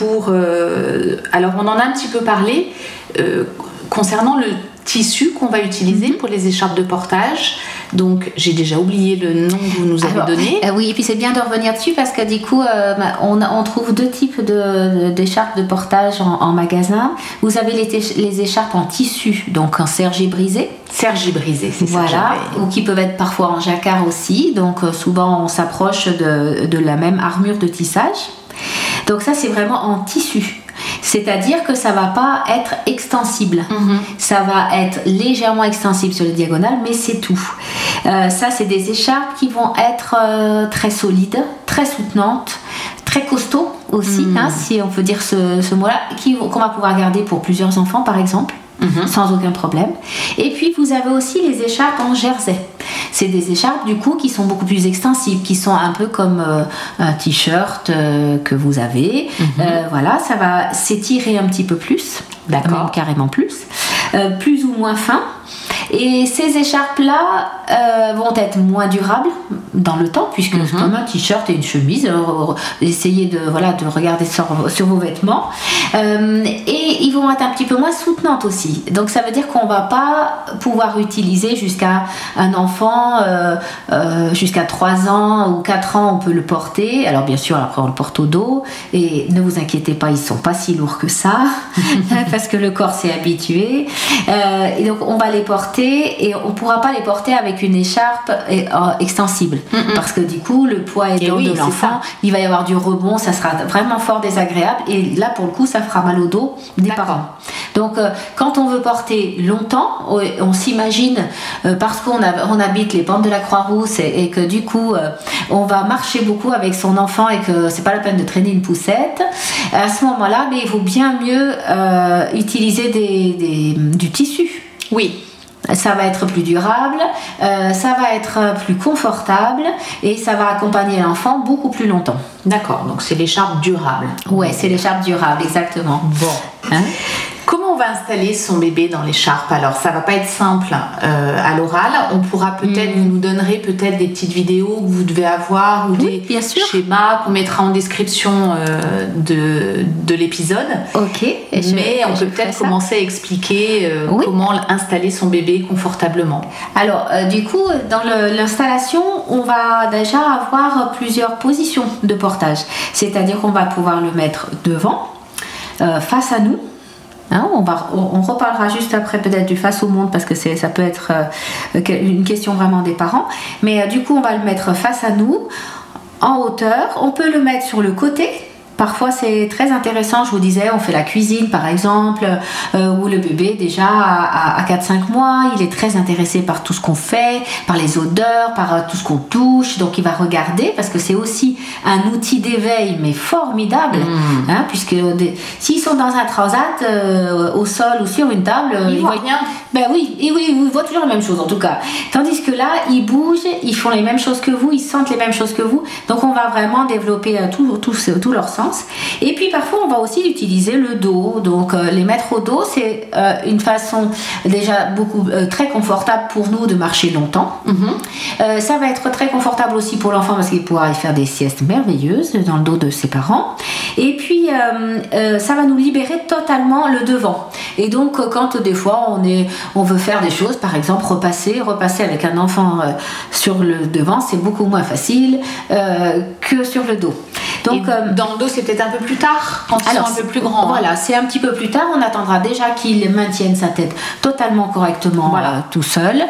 alors on en a un petit peu parlé concernant le tissu qu'on va utiliser pour les écharpes de portage. Donc j'ai déjà oublié le nom que vous nous avez donné. Oui, et puis c'est bien de revenir dessus parce que du coup on trouve deux types d'écharpes de portage en magasin. Vous avez les écharpes en tissu, donc en serge brisé. Serge brisé, c'est ça. Voilà, ou qui peuvent être parfois en jacquard aussi. Donc souvent on s'approche de la même armure de tissage. Donc ça c'est vraiment en tissu. C'est-à-dire que ça va pas être extensible. Ça va être légèrement extensible sur les diagonales, mais c'est tout. Ça, c'est des écharpes qui vont être très solides, très soutenantes, très costauds aussi, si on peut dire ce mot-là, qu'on va pouvoir garder pour plusieurs enfants, par exemple. Sans aucun problème. Et puis vous avez aussi les écharpes en jersey. C'est des écharpes du coup qui sont beaucoup plus extensibles, qui sont un peu comme un t-shirt que vous avez. Voilà, ça va s'étirer un petit peu plus, même carrément plus ou moins fin. Et ces écharpes-là vont être moins durables dans le temps, puisque c'est comme un t-shirt et une chemise. Essayez de regarder sur vos vêtements. Et ils vont être un petit peu moins soutenantes aussi. Donc ça veut dire qu'on ne va pas pouvoir utiliser jusqu'à un enfant, jusqu'à 3 ans ou 4 ans, on peut le porter. Alors bien sûr, après on le porte au dos. Et ne vous inquiétez pas, ils ne sont pas si lourds que ça, parce que le corps s'est habitué. Et donc on va les porter et on ne pourra pas les porter avec une écharpe extensible. possible. Parce que du coup, le poids aidant de l'enfant, il va y avoir du rebond, ça sera vraiment fort désagréable. Et là, pour le coup, ça fera mal au dos des parents. Donc, quand on veut porter longtemps, on s'imagine, parce qu'on habite les pentes de la Croix-Rousse et que du coup, on va marcher beaucoup avec son enfant et que c'est pas la peine de traîner une poussette. À ce moment-là, mais il vaut bien mieux utiliser du tissu. Oui. Ça va être plus durable, ça va être plus confortable et ça va accompagner l'enfant beaucoup plus longtemps. D'accord, donc c'est l'écharpe durable. Ouais, c'est l'écharpe durable, exactement. Bon. Comment on va installer son bébé dans l'écharpe? Alors, ça va pas être simple à l'oral. On pourra peut-être, vous nous donnerez peut-être des petites vidéos que vous devez avoir ou des schémas qu'on mettra en description de l'épisode. Ok. Mais on peut peut-être commencer à expliquer comment installer son bébé confortablement. Alors, du coup, dans l'installation, on va déjà avoir plusieurs positions de portage. C'est-à-dire qu'on va pouvoir le mettre devant, face à nous. On reparlera juste après peut-être du face au monde parce que ça peut être une question vraiment des parents. Mais du coup, on va le mettre face à nous, en hauteur. On peut le mettre sur le côté. Parfois, c'est très intéressant. Je vous disais, on fait la cuisine, par exemple, où le bébé, déjà, à 4-5 mois, il est très intéressé par tout ce qu'on fait, par les odeurs, par tout ce qu'on touche. Donc, il va regarder parce que c'est aussi un outil d'éveil, mais formidable. Puisque s'ils sont dans un transat, au sol ou sur une table, ils voient rien. Ben oui, ils voient toujours la même chose, en tout cas. Tandis que là, ils bougent, ils font les mêmes choses que vous, ils sentent les mêmes choses que vous. Donc, on va vraiment développer tout leur sens. Et puis parfois on va aussi utiliser le dos, donc les mettre au dos, c'est une façon déjà très confortable pour nous de marcher longtemps. Ça va être très confortable aussi pour l'enfant parce qu'il pourra y faire des siestes merveilleuses dans le dos de ses parents. Et puis ça va nous libérer totalement le devant. Et donc quand des fois on veut faire des choses, par exemple repasser avec un enfant sur le devant, c'est beaucoup moins facile que sur le dos. Donc, dans le dos, c'est peut-être un peu plus tard, quand ils sont un peu plus grands. Voilà, c'est un petit peu plus tard. On attendra déjà qu'il maintienne sa tête totalement correctement tout seul.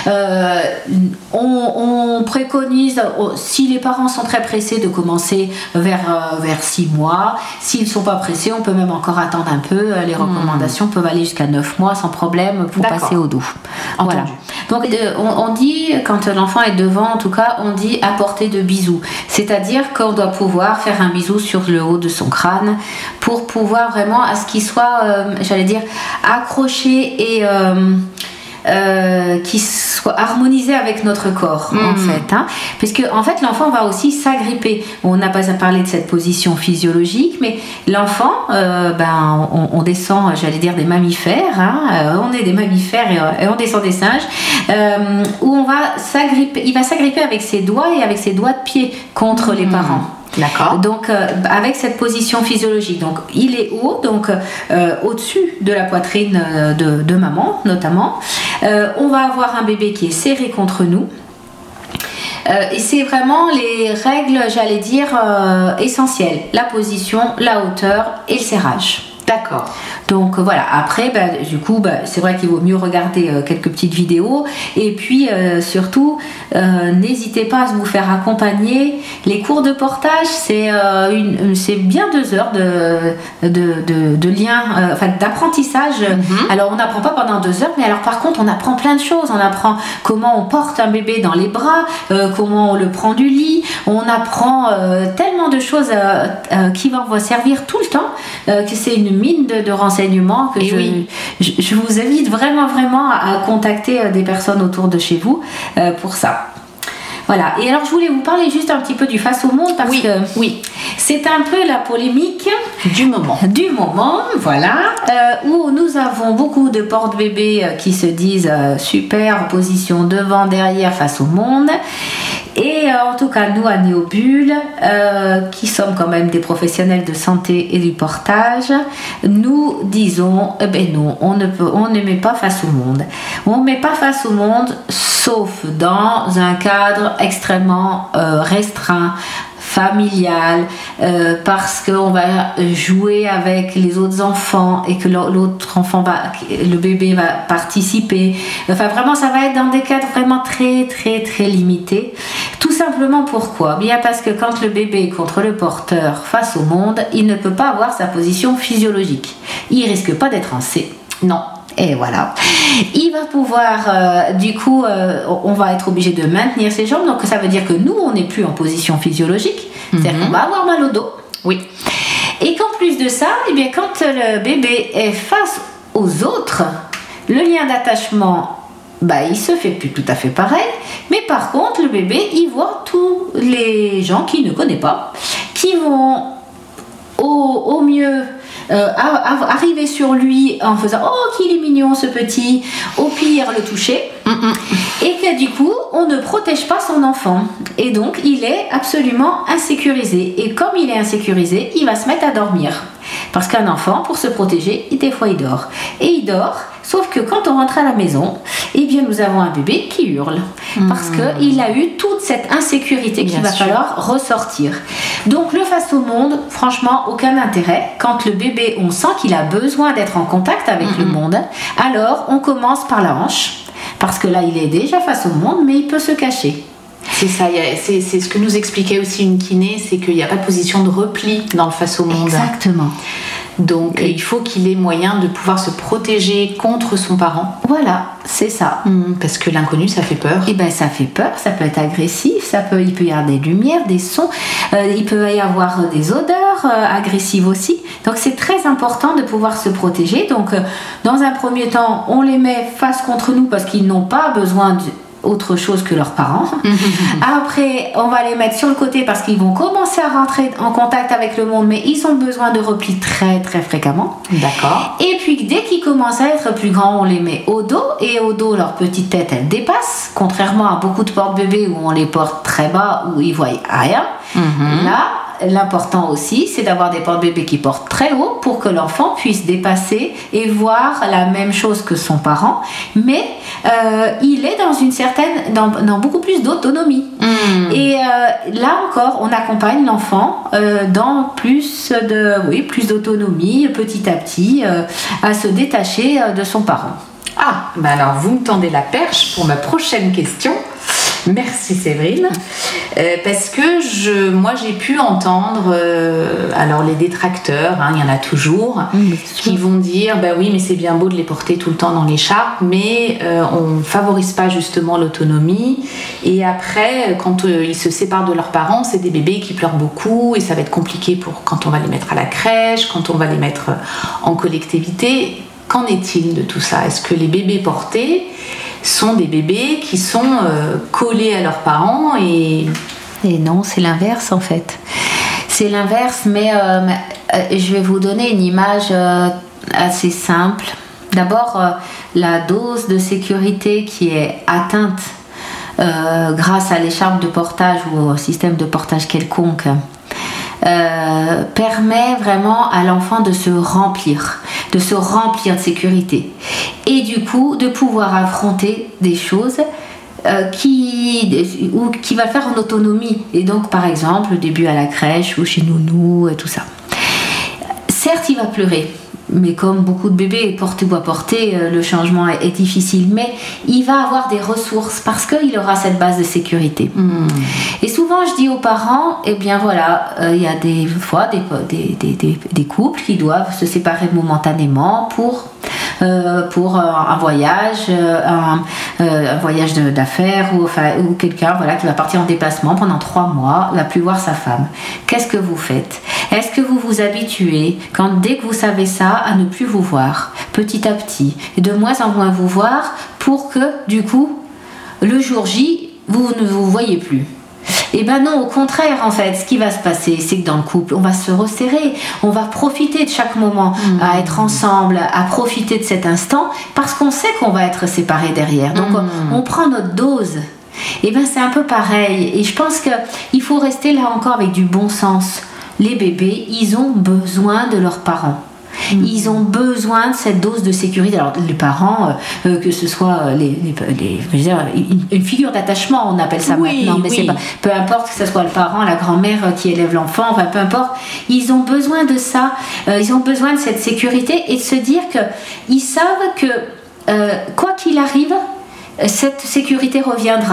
On préconise, si les parents sont très pressés, de commencer vers 6 mois. S'ils ne sont pas pressés, on peut même encore attendre un peu. Les recommandations peuvent aller jusqu'à 9 mois sans problème pour passer au dos. Entendu. Voilà. Donc, on dit, quand l'enfant est devant, en tout cas, on dit apporter de bisous. C'est-à-dire qu'on doit pouvoir faire un bisou sur le haut de son crâne pour pouvoir vraiment à ce qu'il soit, accroché et qui soit harmonisé avec notre corps en fait, puisque en fait l'enfant va aussi s'agripper. On n'a pas parlé de cette position physiologique, mais l'enfant, on descend, des mammifères, on est des mammifères et on descend des singes, où il va s'agripper avec ses doigts et avec ses doigts de pied contre les parents. D'accord. Donc avec cette position physiologique, donc il est haut, donc au-dessus de la poitrine de maman notamment. On va avoir un bébé qui est serré contre nous. Et c'est vraiment les règles, essentielles. La position, la hauteur et le serrage. D'accord. Donc voilà, après c'est vrai qu'il vaut mieux regarder quelques petites vidéos et puis surtout n'hésitez pas à vous faire accompagner. Les cours de portage, c'est bien 2 heures de lien, d'apprentissage. Alors on n'apprend pas pendant 2 heures, mais alors par contre on apprend plein de choses. On apprend comment on porte un bébé dans les bras, comment on le prend du lit. On apprend tellement de choses qui vont vous servir tout le temps, que c'est une mine de renseignements que je vous invite vraiment à contacter des personnes autour de chez vous pour ça. Voilà, et alors je voulais vous parler juste un petit peu du face au monde parce que c'est un peu la polémique du moment, où nous avons beaucoup de porte-bébés qui se disent super, position devant, derrière, face au monde. Et en tout cas, nous à Néobulle, qui sommes quand même des professionnels de santé et du portage, nous disons, non, on ne met pas face au monde. On ne met pas face au monde, sauf dans un cadre extrêmement restreint, familial, parce qu'on va jouer avec les autres enfants et que l'autre enfant le bébé va participer. Enfin vraiment, ça va être dans des cadres vraiment très très très limités. Tout simplement pourquoi ? Bien parce que quand le bébé est contre le porteur face au monde, il ne peut pas avoir sa position physiologique. Il risque pas d'être en C. Non. Et voilà. Il va pouvoir, on va être obligé de maintenir ses jambes. Donc ça veut dire que nous, on n'est plus en position physiologique. C'est-à-dire qu'on va avoir mal au dos. Oui. Et qu'en plus de ça, eh bien, quand le bébé est face aux autres, le lien d'attachement, il se fait plus tout à fait pareil. Mais par contre, le bébé, il voit tous les gens qu'il ne connaît pas, qui vont au mieux arriver sur lui en faisant « Oh, qu'il est mignon ce petit !» Au pire, le toucher. Et que du coup, on ne protège pas son enfant. Et donc, il est absolument insécurisé. Et comme il est insécurisé, il va se mettre à dormir. Parce qu'un enfant, pour se protéger, des fois, il dort. Et il dort, sauf que quand on rentre à la maison, eh bien, nous avons un bébé qui hurle. Parce qu'il a eu toute cette insécurité qu'il va falloir ressortir. Donc, le face au monde, franchement, aucun intérêt. Quand le bébé, on sent qu'il a besoin d'être en contact avec le monde, alors on commence par la hanche. Parce que là, il est déjà face au monde, mais il peut se cacher. C'est ça, c'est ce que nous expliquait aussi une kiné, c'est qu'il n'y a pas de position de repli dans le face au monde. Exactement. Donc il faut qu'il ait moyen de pouvoir se protéger contre son parent. Voilà, c'est ça. Parce que l'inconnu, ça fait peur. Et ben ça fait peur, ça peut être agressif, il peut y avoir des lumières, des sons, il peut y avoir des odeurs agressives aussi. Donc c'est très important de pouvoir se protéger. Donc dans un premier temps, on les met face contre nous parce qu'ils n'ont pas besoin autre chose que leurs parents. Après, on va les mettre sur le côté parce qu'ils vont commencer à rentrer en contact avec le monde, mais ils ont besoin de repli très très fréquemment. D'accord. Et puis dès qu'ils commencent à être plus grands, on les met au dos, et au dos, leur petite tête, elle dépasse, contrairement à beaucoup de porte-bébés où on les porte très bas, où ils voient rien. Là, l'important aussi, c'est d'avoir des porte-bébés qui portent très haut pour que l'enfant puisse dépasser et voir la même chose que son parent, mais il est dans beaucoup plus d'autonomie. Et là encore, on accompagne l'enfant dans plus d'autonomie, petit à petit, à se détacher de son parent. Ah, alors vous me tendez la perche pour ma prochaine question. Merci Séverine, parce que moi j'ai pu entendre alors les détracteurs, il y en a toujours, qui vont dire oui mais c'est bien beau de les porter tout le temps dans l'écharpe, mais on favorise pas justement l'autonomie, et après quand ils se séparent de leurs parents, c'est des bébés qui pleurent beaucoup et ça va être compliqué quand on va les mettre à la crèche, quand on va les mettre en collectivité. Qu'en est-il de tout ça ? Est-ce que les bébés portés sont des bébés qui sont collés à leurs parents et non, c'est l'inverse en fait. C'est l'inverse, mais je vais vous donner une image assez simple. D'abord, la dose de sécurité qui est atteinte grâce à l'écharpe de portage ou au système de portage quelconque permet vraiment à l'enfant de se remplir de sécurité et du coup de pouvoir affronter des choses qui va faire en autonomie, et donc par exemple le début à la crèche ou chez nounou et tout ça. Certes, il va pleurer, mais comme beaucoup de bébés portés ou à porter, le changement est difficile, mais il va avoir des ressources parce qu'il aura cette base de sécurité. Et souvent je dis aux parents, il y a des fois des couples qui doivent se séparer momentanément pour un voyage, un voyage d'affaires ou quelqu'un qui va partir en déplacement pendant 3 mois, va plus voir sa femme. Qu'est-ce que vous faites ? Est-ce que vous vous habituez, dès que vous savez ça, à ne plus vous voir, petit à petit, et de moins en moins vous voir, pour que du coup, le jour J, vous ne vous voyez plus ? Eh ben non, au contraire, en fait, ce qui va se passer, c'est que dans le couple, on va se resserrer, on va profiter de chaque moment à être ensemble, à profiter de cet instant, parce qu'on sait qu'on va être séparés derrière. Donc, on prend notre dose. Eh ben c'est un peu pareil. Et je pense qu'il faut rester là encore avec du bon sens. Les bébés, ils ont besoin de leurs parents. Ils ont besoin de cette dose de sécurité. Alors les parents, que ce soit une figure d'attachement, on appelle ça maintenant, mais c'est pas, peu importe que ce soit le parent, la grand-mère qui élève l'enfant, peu importe, ils ont besoin de ça. Ils ont besoin de cette sécurité et de se dire qu'ils savent que quoi qu'il arrive, cette sécurité reviendra.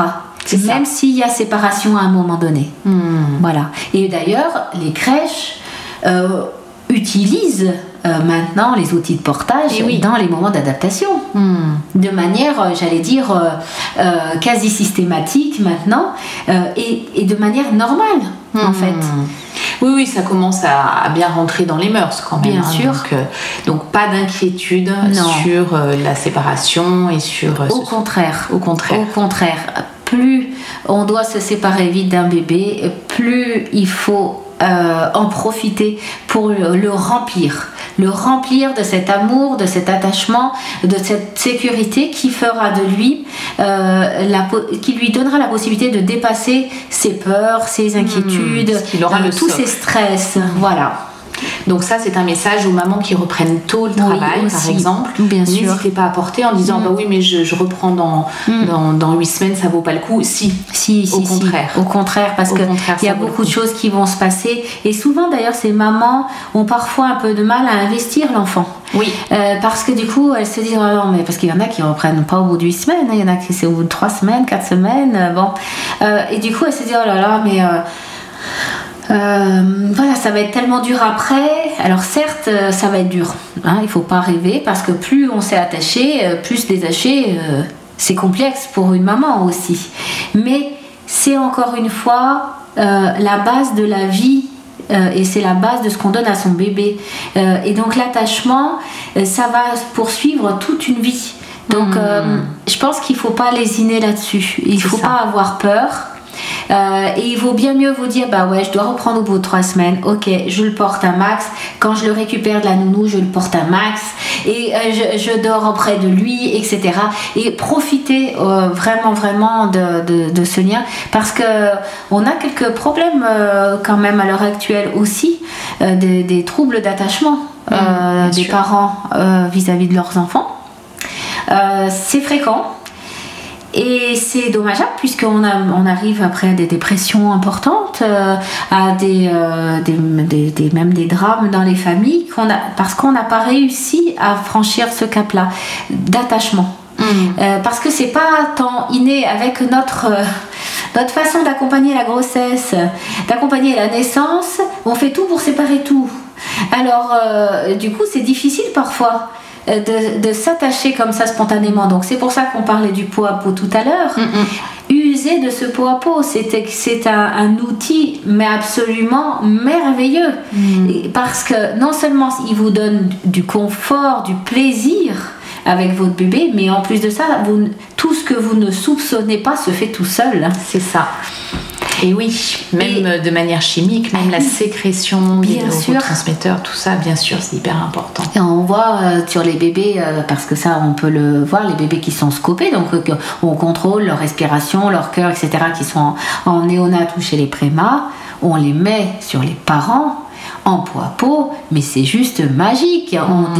même s'il y a séparation à un moment donné. Voilà. Et d'ailleurs, les crèches utilisent maintenant les outils de portage dans les moments d'adaptation. De manière, j'allais dire, quasi systématique maintenant, et de manière normale, en fait. Oui, ça commence à bien rentrer dans les mœurs quand même. Bien sûr. Donc pas d'inquiétude sur la séparation et sur... Au contraire. Plus on doit se séparer vite d'un bébé, plus il faut en profiter pour le remplir de cet amour, de cet attachement, de cette sécurité qui fera de lui, qui lui donnera la possibilité de dépasser ses peurs, ses inquiétudes, tous ses stress. Voilà. Donc ça, c'est un message aux mamans qui reprennent tôt le travail, par exemple. Bien sûr. N'hésitez pas à porter en disant bah oui, mais je reprends dans 8 semaines, ça vaut pas le coup. Au contraire, parce qu'il y a beaucoup de choses qui vont se passer. Et souvent, d'ailleurs, ces mamans ont parfois un peu de mal à investir l'enfant. Oui. Parce que du coup, elles se disent oh non, mais parce qu'il y en a qui reprennent pas au bout de 8 semaines, il y en a qui c'est au bout de 3 semaines, 4 semaines. Et du coup, elles se disent oh là là, mais voilà, ça va être tellement dur après. Alors certes, ça va être dur, il faut pas rêver, parce que plus on s'est attaché, plus se détacher, c'est complexe pour une maman aussi. Mais c'est encore une fois la base de la vie, et c'est la base de ce qu'on donne à son bébé. Et donc l'attachement, ça va poursuivre toute une vie. Donc je pense qu'il faut pas lésiner là-dessus. Il faut pas avoir peur. Et il vaut bien mieux vous dire bah ouais, je dois reprendre au bout de 3 semaines, ok, je le porte à max, quand je le récupère de la nounou, je le porte à max, et je dors auprès de lui, etc. Et profitez vraiment de ce lien, parce que on a quelques problèmes quand même à l'heure actuelle aussi, des troubles d'attachement des parents vis-à-vis de leurs enfants. C'est fréquent. Et c'est dommageable, puisqu'on arrive après à des dépressions importantes, à même des drames dans les familles, parce qu'on n'a pas réussi à franchir ce cap-là d'attachement. Parce que c'est pas tant inné avec notre façon d'accompagner la grossesse, d'accompagner la naissance. On fait tout pour séparer tout. Alors, du coup, c'est difficile parfois de s'attacher comme ça spontanément. Donc c'est pour ça qu'on parlait du pot à pot tout à l'heure. User de ce pot à pot, c'est un outil mais absolument merveilleux, parce que non seulement il vous donne du confort, du plaisir avec votre bébé, mais en plus de ça, tout ce que vous ne soupçonnez pas se fait tout seul. C'est ça. Et oui, même de manière chimique, même la sécrétion des neurotransmetteurs, tout ça, bien sûr, c'est hyper important. Et on voit sur les bébés, parce que ça, on peut le voir, les bébés qui sont scopés, donc on contrôle leur respiration, leur cœur, etc., qui sont en néonat ou chez les prémas, on les met sur les parents en pot à pot, mais c'est juste magique.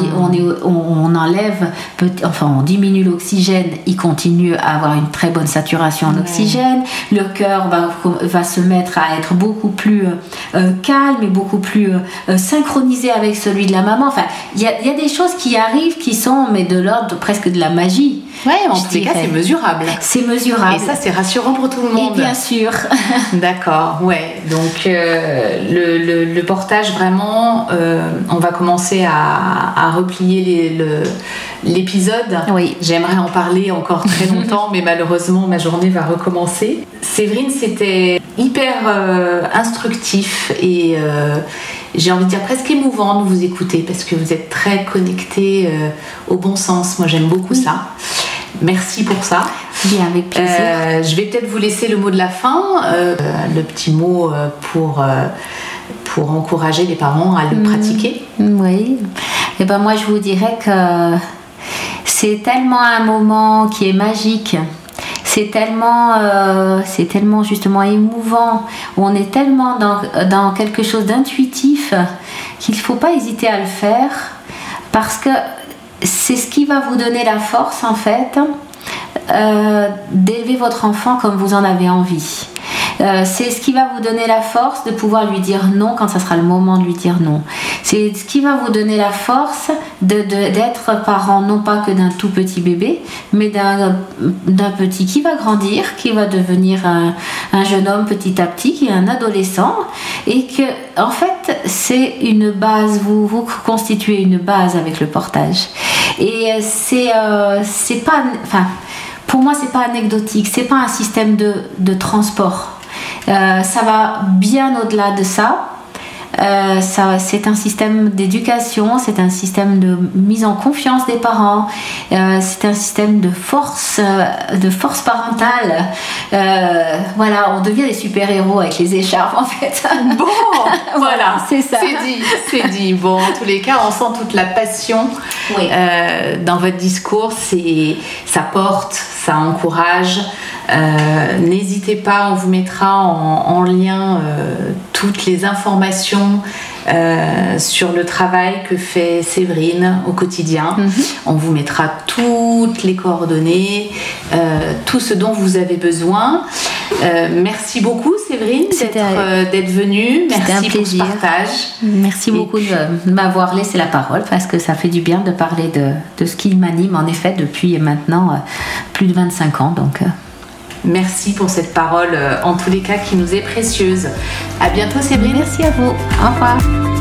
On enlève, on diminue l'oxygène, il continue à avoir une très bonne saturation en oxygène, le cœur va se mettre à être beaucoup plus calme et beaucoup plus synchronisé avec celui de la maman. Enfin, il y a des choses qui arrivent qui sont mais de l'ordre presque de la magie. Ouais, en tous les cas, c'est mesurable. C'est mesurable. Et ça, c'est rassurant pour tout le monde. Et bien sûr. D'accord, ouais. Donc, le portage, vraiment, on va commencer à replier l'épisode. Oui. J'aimerais en parler encore très longtemps, mais malheureusement, ma journée va recommencer. Séverine, c'était hyper instructif et j'ai envie de dire presque émouvant de vous écouter, parce que vous êtes très connectés au bon sens. Moi, j'aime beaucoup ça. Merci pour ça. Bien, avec plaisir. Je vais peut-être vous laisser le mot de la fin, le petit mot pour encourager les parents à le pratiquer. Oui. Et ben moi, je vous dirais que c'est tellement un moment qui est magique. C'est tellement justement émouvant. On est tellement dans quelque chose d'intuitif qu'il ne faut pas hésiter à le faire, parce que c'est ce qui va vous donner la force, en fait, d'élever votre enfant comme vous en avez envie. C'est ce qui va vous donner la force de pouvoir lui dire non quand ça sera le moment de lui dire non. C'est ce qui va vous donner la force d'être parent, non pas que d'un tout petit bébé, mais d'un petit qui va grandir, qui va devenir un jeune homme petit à petit, qui est un adolescent, et que en fait c'est une base, vous constituez une base avec le portage. Et c'est pas, enfin, pour moi c'est pas anecdotique, c'est pas un système de transport. Ça va bien au-delà de ça. C'est un système d'éducation, c'est un système de mise en confiance des parents, c'est un système de force parentale. Voilà, on devient des super-héros avec les écharpes en fait. Bon, voilà, c'est ça. C'est dit. Bon, en tous les cas, on sent toute la passion dans votre discours. Ça porte, ça encourage. N'hésitez pas, on vous mettra en lien toutes les informations sur le travail que fait Séverine au quotidien. On vous mettra toutes les coordonnées, tout ce dont vous avez besoin. Merci beaucoup Séverine d'être venue. Merci pour ce partage. Merci beaucoup de m'avoir laissé la parole, parce que ça fait du bien de parler de ce qui m'anime en effet depuis maintenant plus de 25 ans. Donc merci pour cette parole, en tous les cas, qui nous est précieuse. À bientôt, Séverine. Merci à vous. Au revoir.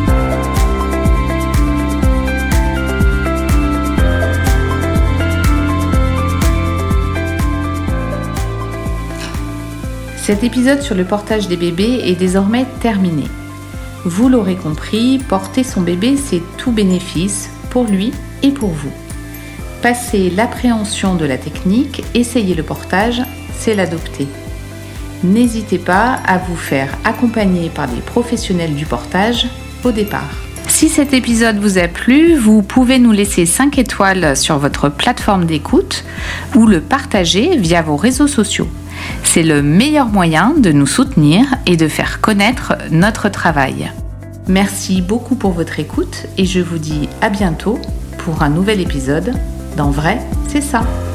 Cet épisode sur le portage des bébés est désormais terminé. Vous l'aurez compris, porter son bébé, c'est tout bénéfice pour lui et pour vous. Passez l'appréhension de la technique, essayez le portage, c'est l'adopter. N'hésitez pas à vous faire accompagner par des professionnels du portage au départ. Si cet épisode vous a plu, vous pouvez nous laisser 5 étoiles sur votre plateforme d'écoute ou le partager via vos réseaux sociaux. C'est le meilleur moyen de nous soutenir et de faire connaître notre travail. Merci beaucoup pour votre écoute et je vous dis à bientôt pour un nouvel épisode d'En vrai, c'est ça.